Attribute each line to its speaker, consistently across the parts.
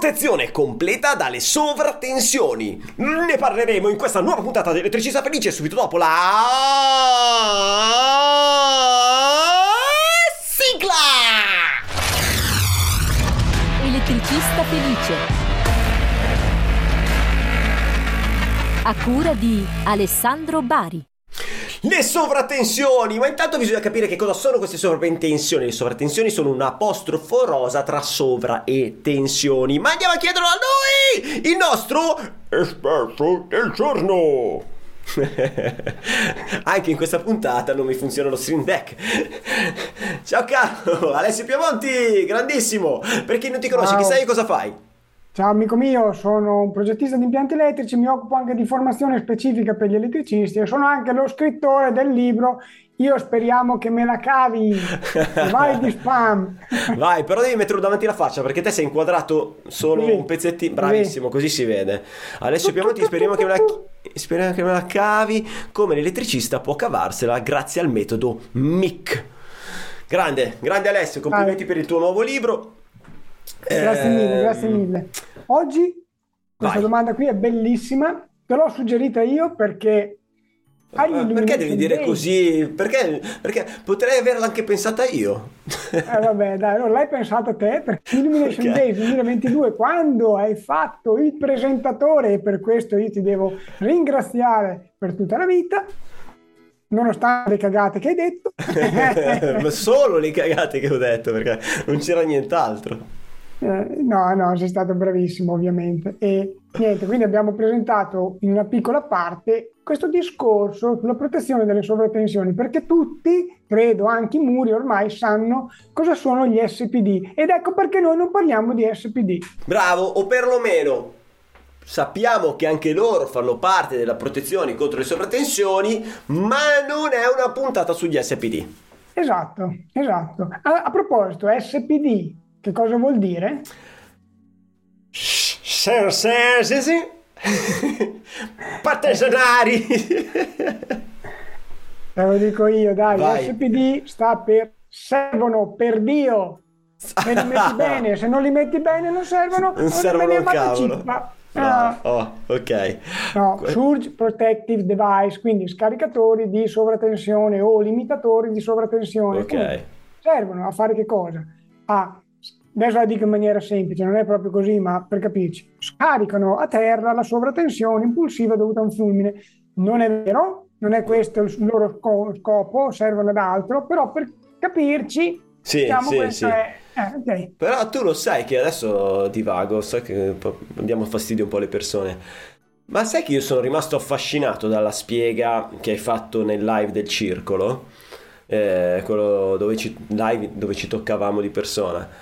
Speaker 1: Protezione completa dalle sovratensioni. Ne parleremo in questa nuova puntata di Elettricista Felice subito dopo la sigla.
Speaker 2: Elettricista Felice, a cura di Alessandro Bari.
Speaker 1: Le sovratensioni, ma intanto bisogna capire che cosa sono queste sovratensioni. Le sovratensioni sono un apostrofo rosa tra sovra e tensioni. Ma andiamo a chiederlo a lui, il nostro esperto del giorno. Anche in questa puntata non mi funziona lo Stream Deck. Ciao caro Alessio Piemonti, grandissimo. Per chi non ti conosce,
Speaker 3: Ciao.
Speaker 1: chi sei e cosa fai?
Speaker 3: Ciao amico mio, sono un progettista di impianti elettrici, mi occupo anche di formazione specifica per gli elettricisti e sono anche lo scrittore del libro Io speriamo che me la cavi, vai di spam.
Speaker 1: Vai, però devi metterlo davanti alla faccia perché te sei inquadrato solo
Speaker 3: Così.
Speaker 1: un pezzettino. Bravissimo, così si vede. Alessio Piemonti, speriamo che me la cavi come l'elettricista può cavarsela grazie al metodo MIC. Grande Alessio, complimenti per il tuo nuovo libro.
Speaker 3: Grazie mille, grazie mille. Oggi questa
Speaker 1: Vai.
Speaker 3: domanda qui è bellissima, te l'ho suggerita io perché
Speaker 1: Perché devi dire così? Perché potrei averla anche pensata io.
Speaker 3: Vabbè, dai, non l'hai pensato te, perché Illumination
Speaker 1: Ok.
Speaker 3: Days 2022, quando hai fatto il presentatore, e per questo io ti devo ringraziare per tutta la vita, nonostante le cagate che hai detto.
Speaker 1: Ma solo le cagate che ho detto, perché non c'era nient'altro.
Speaker 3: No, sei stato bravissimo ovviamente. E niente, quindi abbiamo presentato in una piccola parte questo discorso sulla protezione delle sovratensioni, perché tutti, credo anche i muri ormai, sanno cosa sono gli SPD. Ed ecco perché noi non parliamo di SPD.
Speaker 1: Bravo, o perlomeno sappiamo che anche loro fanno parte della protezione contro le sovratensioni, ma non è una puntata sugli SPD.
Speaker 3: Esatto. A proposito, SPD, che cosa vuol dire?
Speaker 1: Partigianari.
Speaker 3: Te lo dico io, dai,
Speaker 1: Vai.
Speaker 3: SPD sta per servono per Dio. Se li metti bene, se non li metti bene non servono.
Speaker 1: Non servono
Speaker 3: me ne
Speaker 1: un cavolo.
Speaker 3: cippa.
Speaker 1: Bravo. Oh, ok.
Speaker 3: No, Surge Protective Device, quindi scaricatori di sovratensione o limitatori di sovratensione.
Speaker 1: Ok.
Speaker 3: Comunque, servono a fare che cosa? Adesso la dico in maniera semplice, non è proprio così, ma per capirci, scaricano a terra la sovratensione impulsiva dovuta a un fulmine. Non è vero, non è questo il loro scopo, servono ad altro, però per capirci,
Speaker 1: Sì,
Speaker 3: diciamo
Speaker 1: sì,
Speaker 3: questo
Speaker 1: sì.
Speaker 3: è... ok.
Speaker 1: Però tu lo sai che adesso divago, sai che diamo fastidio un po' alle persone. Ma sai che io sono rimasto affascinato dalla spiega che hai fatto nel live del circolo? Quello dove ci toccavamo di persona.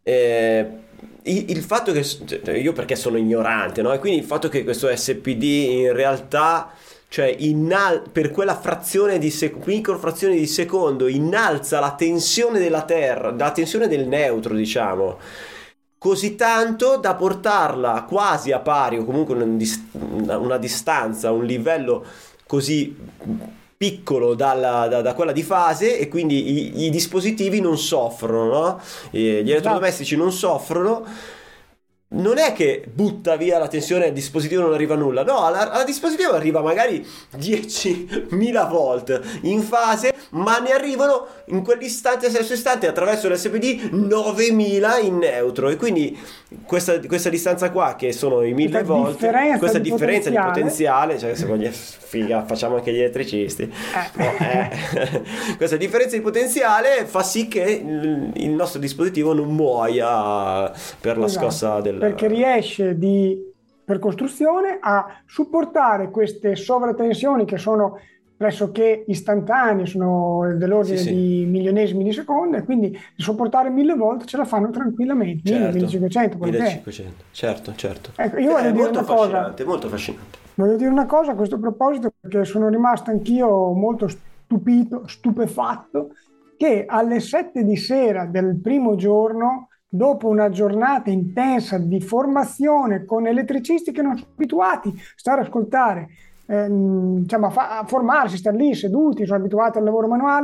Speaker 1: Il fatto che io perché sono ignorante, no? E quindi il fatto che questo SPD in realtà, cioè per quella frazione di microfrazione di secondo innalza la tensione della Terra, la tensione del neutro, diciamo, così tanto da portarla quasi a pari o comunque una distanza, un livello così piccolo da quella di fase, e quindi i dispositivi non soffrono, no? Gli elettrodomestici non soffrono. Non è che butta via la tensione e al dispositivo non arriva nulla, no, al dispositivo arriva magari 10.000 volt in fase, ma ne arrivano in quell'istante, stesso istante, attraverso l'SPD 9.000 in neutro, e quindi questa distanza qua, che sono i 1.000 volt, questa differenza di potenziale, cioè se vogliamo, figa, facciamo anche gli elettricisti, questa differenza di potenziale fa sì che il nostro dispositivo non muoia per la scossa del...
Speaker 3: Perché riesce per costruzione a supportare queste sovratensioni che sono pressoché istantanee, sono dell'ordine di milionesimi di secondo, e quindi di sopportare 1.000 volt ce la fanno tranquillamente, 1.500,
Speaker 1: 1500, certo.
Speaker 3: Ecco, io voglio dire
Speaker 1: molto
Speaker 3: una cosa,
Speaker 1: affascinante, molto affascinante.
Speaker 3: voglio dire una cosa a questo proposito, perché sono rimasto anch'io molto stupefatto, che alle 7 di sera del primo giorno, dopo una giornata intensa di formazione con elettricisti che non sono abituati a stare a ascoltare, diciamo, a formarsi, stare lì seduti, sono abituati al lavoro manuale,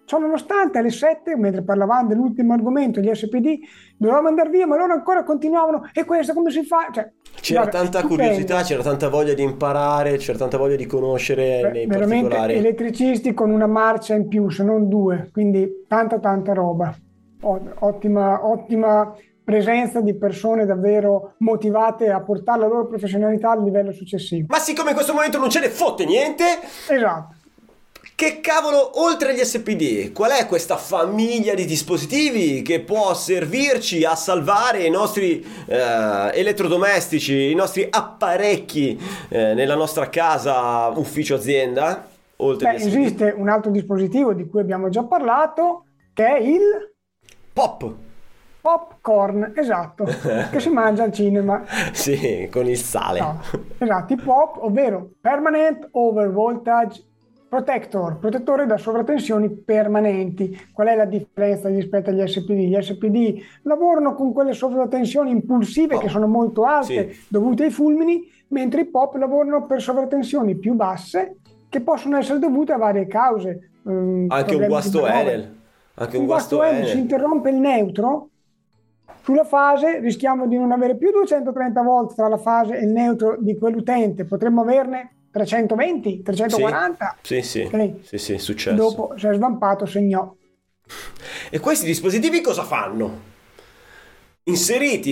Speaker 3: Ciò nonostante alle 7, mentre parlavamo dell'ultimo argomento, gli SPD, dovevamo andare via, ma loro ancora continuavano, e questo come si fa? Cioè,
Speaker 1: C'era
Speaker 3: guarda,
Speaker 1: tanta
Speaker 3: stupendo.
Speaker 1: curiosità, c'era tanta voglia di imparare, c'era tanta voglia di conoscere nei
Speaker 3: Veramente
Speaker 1: particolari.
Speaker 3: elettricisti con una marcia in più, se non due, quindi tanta roba. Ottima presenza di persone davvero motivate a portare la loro professionalità al livello successivo.
Speaker 1: Ma siccome in questo momento non ce ne fotte niente,
Speaker 3: Esatto.
Speaker 1: che cavolo, oltre agli SPD, qual è questa famiglia di dispositivi che può servirci a salvare i nostri elettrodomestici, i nostri apparecchi nella nostra casa, ufficio, azienda? Oltre agli SPD?
Speaker 3: Esiste un altro dispositivo di cui abbiamo già parlato, che è il
Speaker 1: Pop!
Speaker 3: popcorn, esatto, che si mangia al cinema.
Speaker 1: Sì, con il sale.
Speaker 3: No, esatto, i POP, ovvero Permanent Over Voltage Protector, protettore da sovratensioni permanenti. Qual è la differenza rispetto agli SPD? Gli SPD lavorano con quelle sovratensioni impulsive che sono molto alte,
Speaker 1: sì,
Speaker 3: dovute ai fulmini, mentre i POP lavorano per sovratensioni più basse che possono essere dovute a varie cause.
Speaker 1: Anche un
Speaker 3: problemi di
Speaker 1: guasto
Speaker 3: manovra.
Speaker 1: Enel. Anche un
Speaker 3: Un guasto
Speaker 1: guasto
Speaker 3: Enel, si
Speaker 1: Enel.
Speaker 3: interrompe il neutro. Sulla fase rischiamo di non avere più 230 volt tra la fase e il neutro di quell'utente, potremmo averne 320, 340.
Speaker 1: Sì, sì,
Speaker 3: Ok?
Speaker 1: sì, è successo.
Speaker 3: Dopo si è svampato, segnò.
Speaker 1: E questi dispositivi cosa fanno? Inseriti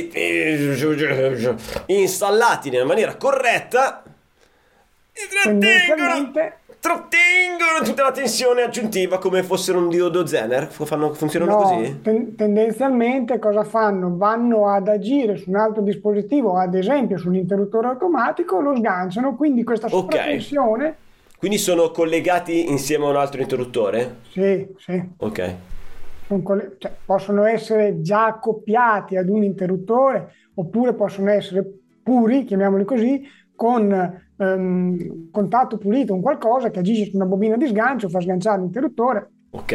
Speaker 1: e installati nella maniera corretta,
Speaker 3: Tendenzialmente
Speaker 1: trattengono tutta la tensione aggiuntiva come fossero un diodo Zener. Funzionano così?
Speaker 3: tendenzialmente cosa fanno? Vanno ad agire su un altro dispositivo, ad esempio sull'interruttore automatico, lo sganciano, quindi questa sovratensione.
Speaker 1: Quindi sono collegati insieme a un altro interruttore?
Speaker 3: Sì.
Speaker 1: Ok.
Speaker 3: Cioè, possono essere già accoppiati ad un interruttore, oppure possono essere puri, chiamiamoli così, con contatto pulito, un qualcosa che agisce su una bobina di sgancio, fa sganciare l'interruttore.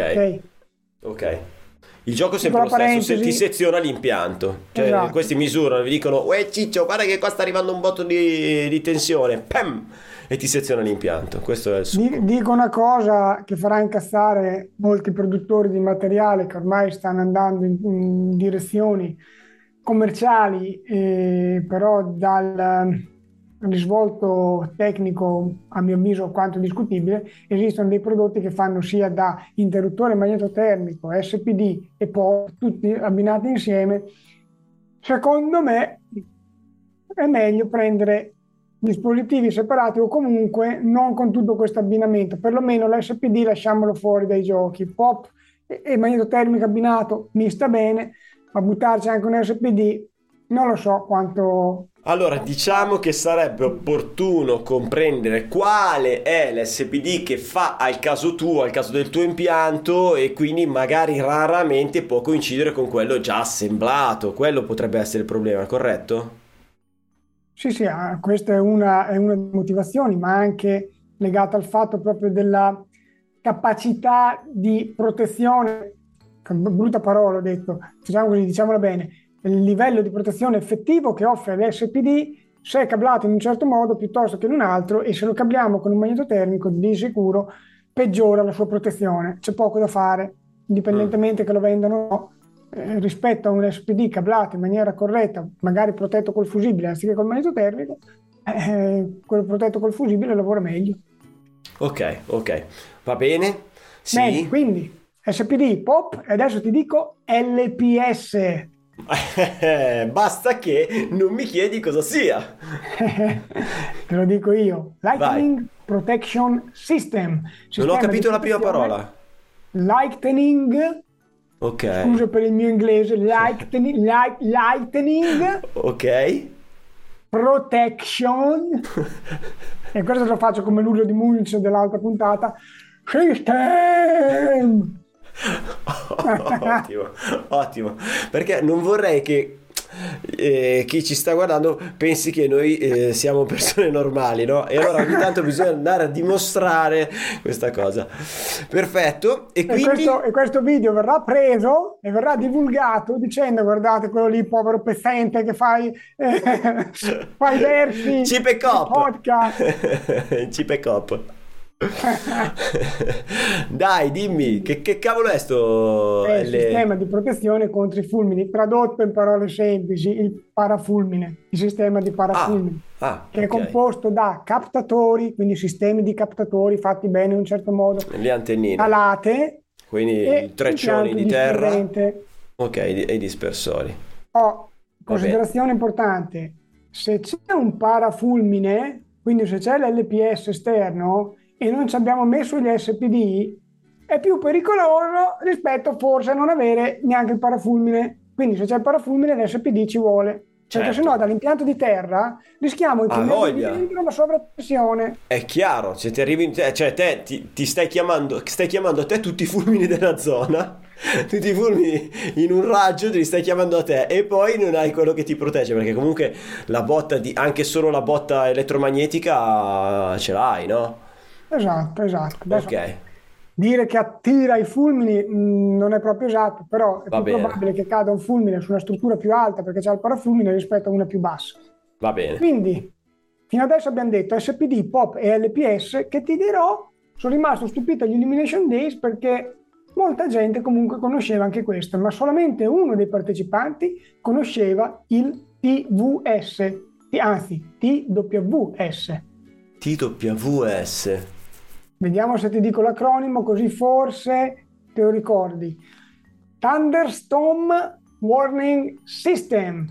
Speaker 1: Ok. Il gioco è sempre lo stesso, se ti seziona l'impianto. Cioè,
Speaker 3: esatto.
Speaker 1: Questi misurano, vi dicono: uè Ciccio, guarda che qua sta arrivando un botto di tensione. Pam! E ti seziona l'impianto. Questo è il succo.
Speaker 3: Dico una cosa che farà incazzare molti produttori di materiale che ormai stanno andando in direzioni commerciali, però dal risvolto tecnico, a mio avviso, alquanto discutibile. Esistono dei prodotti che fanno sia da interruttore magnetotermico, SPD e POP, tutti abbinati insieme. Secondo me è meglio prendere dispositivi separati o comunque non con tutto questo abbinamento. Perlomeno l'SPD lasciamolo fuori dai giochi. POP e magnetotermico abbinato mi sta bene, ma buttarci anche un SPD non lo so quanto.
Speaker 1: Allora, diciamo che sarebbe opportuno comprendere quale è l'SPD che fa al caso tuo, al caso del tuo impianto, e quindi magari raramente può coincidere con quello già assemblato. Quello potrebbe essere il problema, corretto?
Speaker 3: Sì, questa è una delle motivazioni, ma anche legata al fatto proprio della capacità di protezione, brutta parola ho detto, diciamo così, diciamola bene, il livello di protezione effettivo che offre l'SPD se è cablato in un certo modo piuttosto che in un altro, e se lo cabliamo con un magnetotermico di sicuro peggiora la sua protezione. C'è poco da fare, indipendentemente che lo vendano o no. Rispetto a un SPD cablato in maniera corretta, magari protetto col fusibile anziché col magnetotermico, quello protetto col fusibile lavora meglio.
Speaker 1: Ok, va bene. Sì.
Speaker 3: Bene, quindi SPD, POP, e adesso ti dico LPS.
Speaker 1: Basta che non mi chiedi cosa sia.
Speaker 3: Te lo dico io. Lightning Protection System.
Speaker 1: Non ho capito la prima parola.
Speaker 3: Lightning.
Speaker 1: Ok.
Speaker 3: Scusa per il mio inglese. Lightning.
Speaker 1: Ok.
Speaker 3: Protection. E questo lo faccio come l'uso di Munch dell'altra puntata. System.
Speaker 1: Ottimo, perché non vorrei che chi ci sta guardando pensi che noi siamo persone normali, no? E allora ogni tanto bisogna andare a dimostrare questa cosa. Perfetto. E quindi
Speaker 3: questo video verrà preso e verrà divulgato dicendo: guardate quello lì, povero pezzente che fai versi
Speaker 1: Chip e Cop.
Speaker 3: podcast.
Speaker 1: Chip e Cop. Dai, dimmi, che cavolo è sto
Speaker 3: È il sistema di protezione contro i fulmini, tradotto in parole semplici, il parafulmine, il sistema di parafulmine, che è
Speaker 1: ok.
Speaker 3: composto da captatori, quindi sistemi di captatori fatti bene in un certo modo,
Speaker 1: Le antennine,
Speaker 3: calate
Speaker 1: quindi
Speaker 3: e
Speaker 1: i treccioni
Speaker 3: impianti
Speaker 1: di terra,
Speaker 3: disperrente.
Speaker 1: ok, e i dispersori.
Speaker 3: Considerazione importante, se c'è un parafulmine, quindi se c'è l'LPS esterno e non ci abbiamo messo gli SPD, è più pericoloso rispetto forse a non avere neanche il parafulmine. Quindi se c'è il parafulmine l'SPD ci vuole, perché
Speaker 1: Certo.
Speaker 3: sennò dall'impianto di terra rischiamo di mettere
Speaker 1: voglia.
Speaker 3: dentro la sovrapressione.
Speaker 1: È chiaro, se ti arrivi, cioè te ti stai chiamando a te tutti i fulmini della zona, tutti i fulmini in un raggio te li stai chiamando a te e poi non hai quello che ti protegge, perché comunque la botta anche solo la botta elettromagnetica ce l'hai, no?
Speaker 3: Esatto. Adesso,
Speaker 1: Ok,
Speaker 3: dire che attira i fulmini non è proprio esatto, però è
Speaker 1: va
Speaker 3: più
Speaker 1: bene,
Speaker 3: probabile che cada un fulmine su una struttura più alta perché c'è il parafulmine rispetto a una più bassa.
Speaker 1: va bene.
Speaker 3: Quindi, fino adesso abbiamo detto SPD, POP e LPS, che ti dirò, sono rimasto stupito agli Illumination Days perché molta gente comunque conosceva anche questo, ma solamente uno dei partecipanti conosceva il TVS, anzi TWS.
Speaker 1: TWS.
Speaker 3: Vediamo se ti dico l'acronimo, così forse te lo ricordi. Thunderstorm Warning System.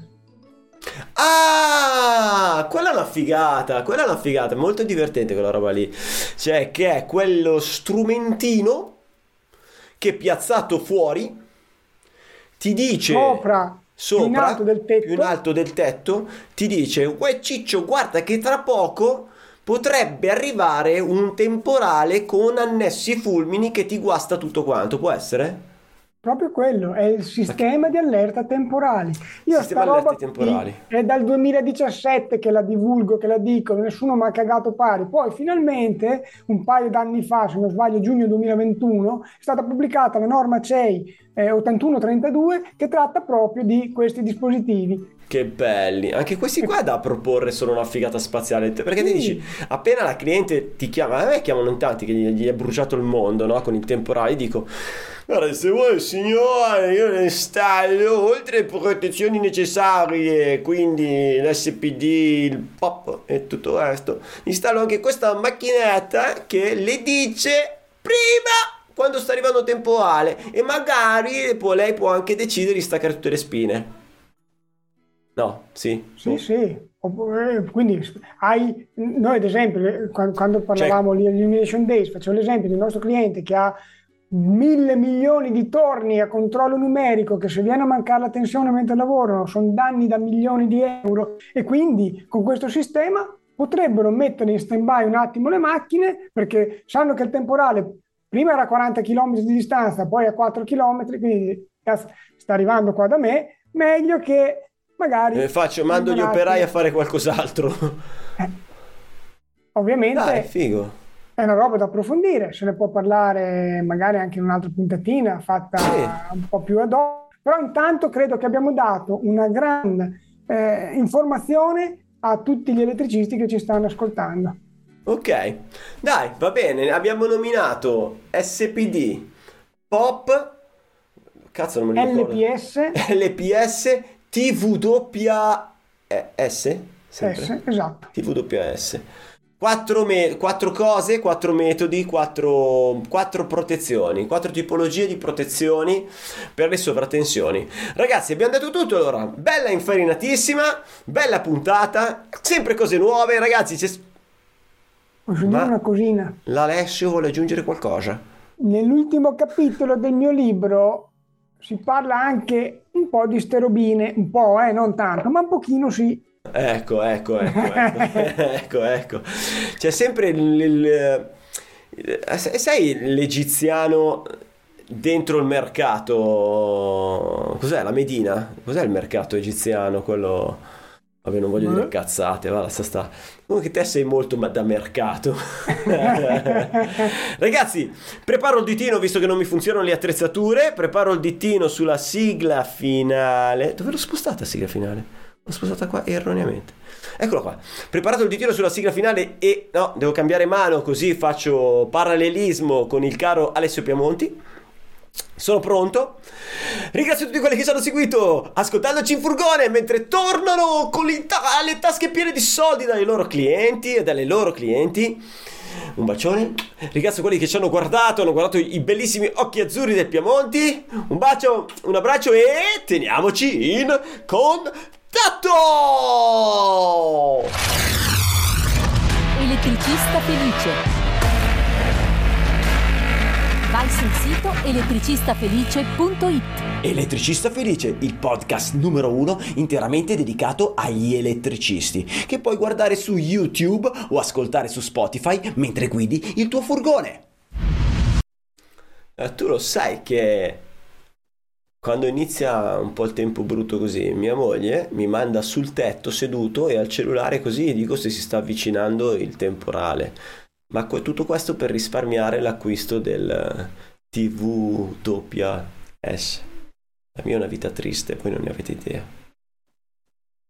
Speaker 1: Ah, quella è una figata, molto divertente quella roba lì. Cioè, che è quello strumentino che piazzato fuori ti dice
Speaker 3: Sopra, più in alto del tetto.
Speaker 1: più in alto del tetto, ti dice: uè Ciccio, guarda che tra poco potrebbe arrivare un temporale con annessi fulmini che ti guasta tutto quanto, può essere?
Speaker 3: Proprio quello, è il sistema di allerta temporali. Io
Speaker 1: Sistema
Speaker 3: sta roba
Speaker 1: allerta temporali.
Speaker 3: è dal 2017 che la divulgo, che la dico, nessuno mi ha cagato pari. Poi finalmente, un paio d'anni fa, se non sbaglio giugno 2021, è stata pubblicata la norma CEI 8132 che tratta proprio di questi dispositivi.
Speaker 1: Che belli, anche questi qua da proporre sono una figata spaziale, perché ti
Speaker 3: Sì.
Speaker 1: dici, appena la cliente ti chiama, a me chiamano in tanti che gli è bruciato il mondo, no? Con il temporale, dico: guarda, se vuoi signore, io le installo oltre le protezioni necessarie, quindi l'SPD, il POP e tutto il resto, installo anche questa macchinetta che le dice prima quando sta arrivando il temporale e magari lei può anche decidere di staccare tutte le spine. No, sì.
Speaker 3: Sì. Quindi noi ad esempio, quando parlavamo di Illumination Days, facevo l'esempio del nostro cliente che ha 1.000 milioni di torni a controllo numerico, che se viene a mancare la tensione mentre lavorano sono danni da milioni di euro, e quindi con questo sistema potrebbero mettere in stand-by un attimo le macchine perché sanno che il temporale prima era a 40 km di distanza, poi a 4 km, quindi cazzo, sta arrivando qua da me, meglio che magari
Speaker 1: mando gli operai a fare qualcos'altro.
Speaker 3: Ovviamente
Speaker 1: Dai, figo.
Speaker 3: è una roba da approfondire, se ne può parlare magari anche in un'altra puntatina fatta un po' più ad hoc, però intanto credo che abbiamo dato una grande informazione a tutti gli elettricisti che ci stanno ascoltando.
Speaker 1: Ok, dai, va bene, abbiamo nominato SPD, POP, cazzo non me lo ricordo, LPS, TWS, sempre?
Speaker 3: Esatto.
Speaker 1: TWS. 4 cose, 4 metodi, 4 protezioni, 4 tipologie di protezioni per le sovratensioni. Ragazzi, abbiamo detto tutto allora. Bella infarinatissima, bella puntata, sempre cose nuove, ragazzi.
Speaker 3: Posso dire una cosina?
Speaker 1: L'Alessio vuole aggiungere qualcosa?
Speaker 3: Nell'ultimo capitolo del mio libro si parla anche un po' di sterobine, un po', non tanto, ma un pochino sì.
Speaker 1: Ecco. C'è sempre sai l'egiziano dentro il mercato. Cos'è la Medina? Cos'è il mercato egiziano? Quello. Vabbè, non voglio dire cazzate, va, sta. Comunque te sei molto da mercato. Ragazzi, preparo il ditino visto che non mi funzionano le attrezzature. Preparo il ditino sulla sigla finale. Dove l'ho spostata la sigla finale? L'ho spostata qua erroneamente. Eccolo qua. Preparato il ditino sulla sigla finale e... No, devo cambiare mano così faccio parallelismo con il caro Alessio Piamonti. Sono pronto. Ringrazio tutti quelli che ci hanno seguito ascoltandoci in furgone mentre tornano con le tasche piene di soldi dai loro clienti e dalle loro clienti. Un bacione. Ringrazio quelli che ci hanno guardato i bellissimi occhi azzurri del Piamonti. Un bacio, un abbraccio e teniamoci in contatto.
Speaker 2: Elettricista felice. Vai sul sito elettricistafelice.it.
Speaker 1: Elettricista Felice, il podcast numero 1 interamente dedicato agli elettricisti, che puoi guardare su YouTube o ascoltare su Spotify mentre guidi il tuo furgone. Tu lo sai che quando inizia un po' il tempo brutto così, mia moglie mi manda sul tetto seduto e al cellulare così dico se si sta avvicinando il temporale. Ma tutto questo per risparmiare l'acquisto del TV doppia S. La mia è una vita triste, voi non ne avete idea.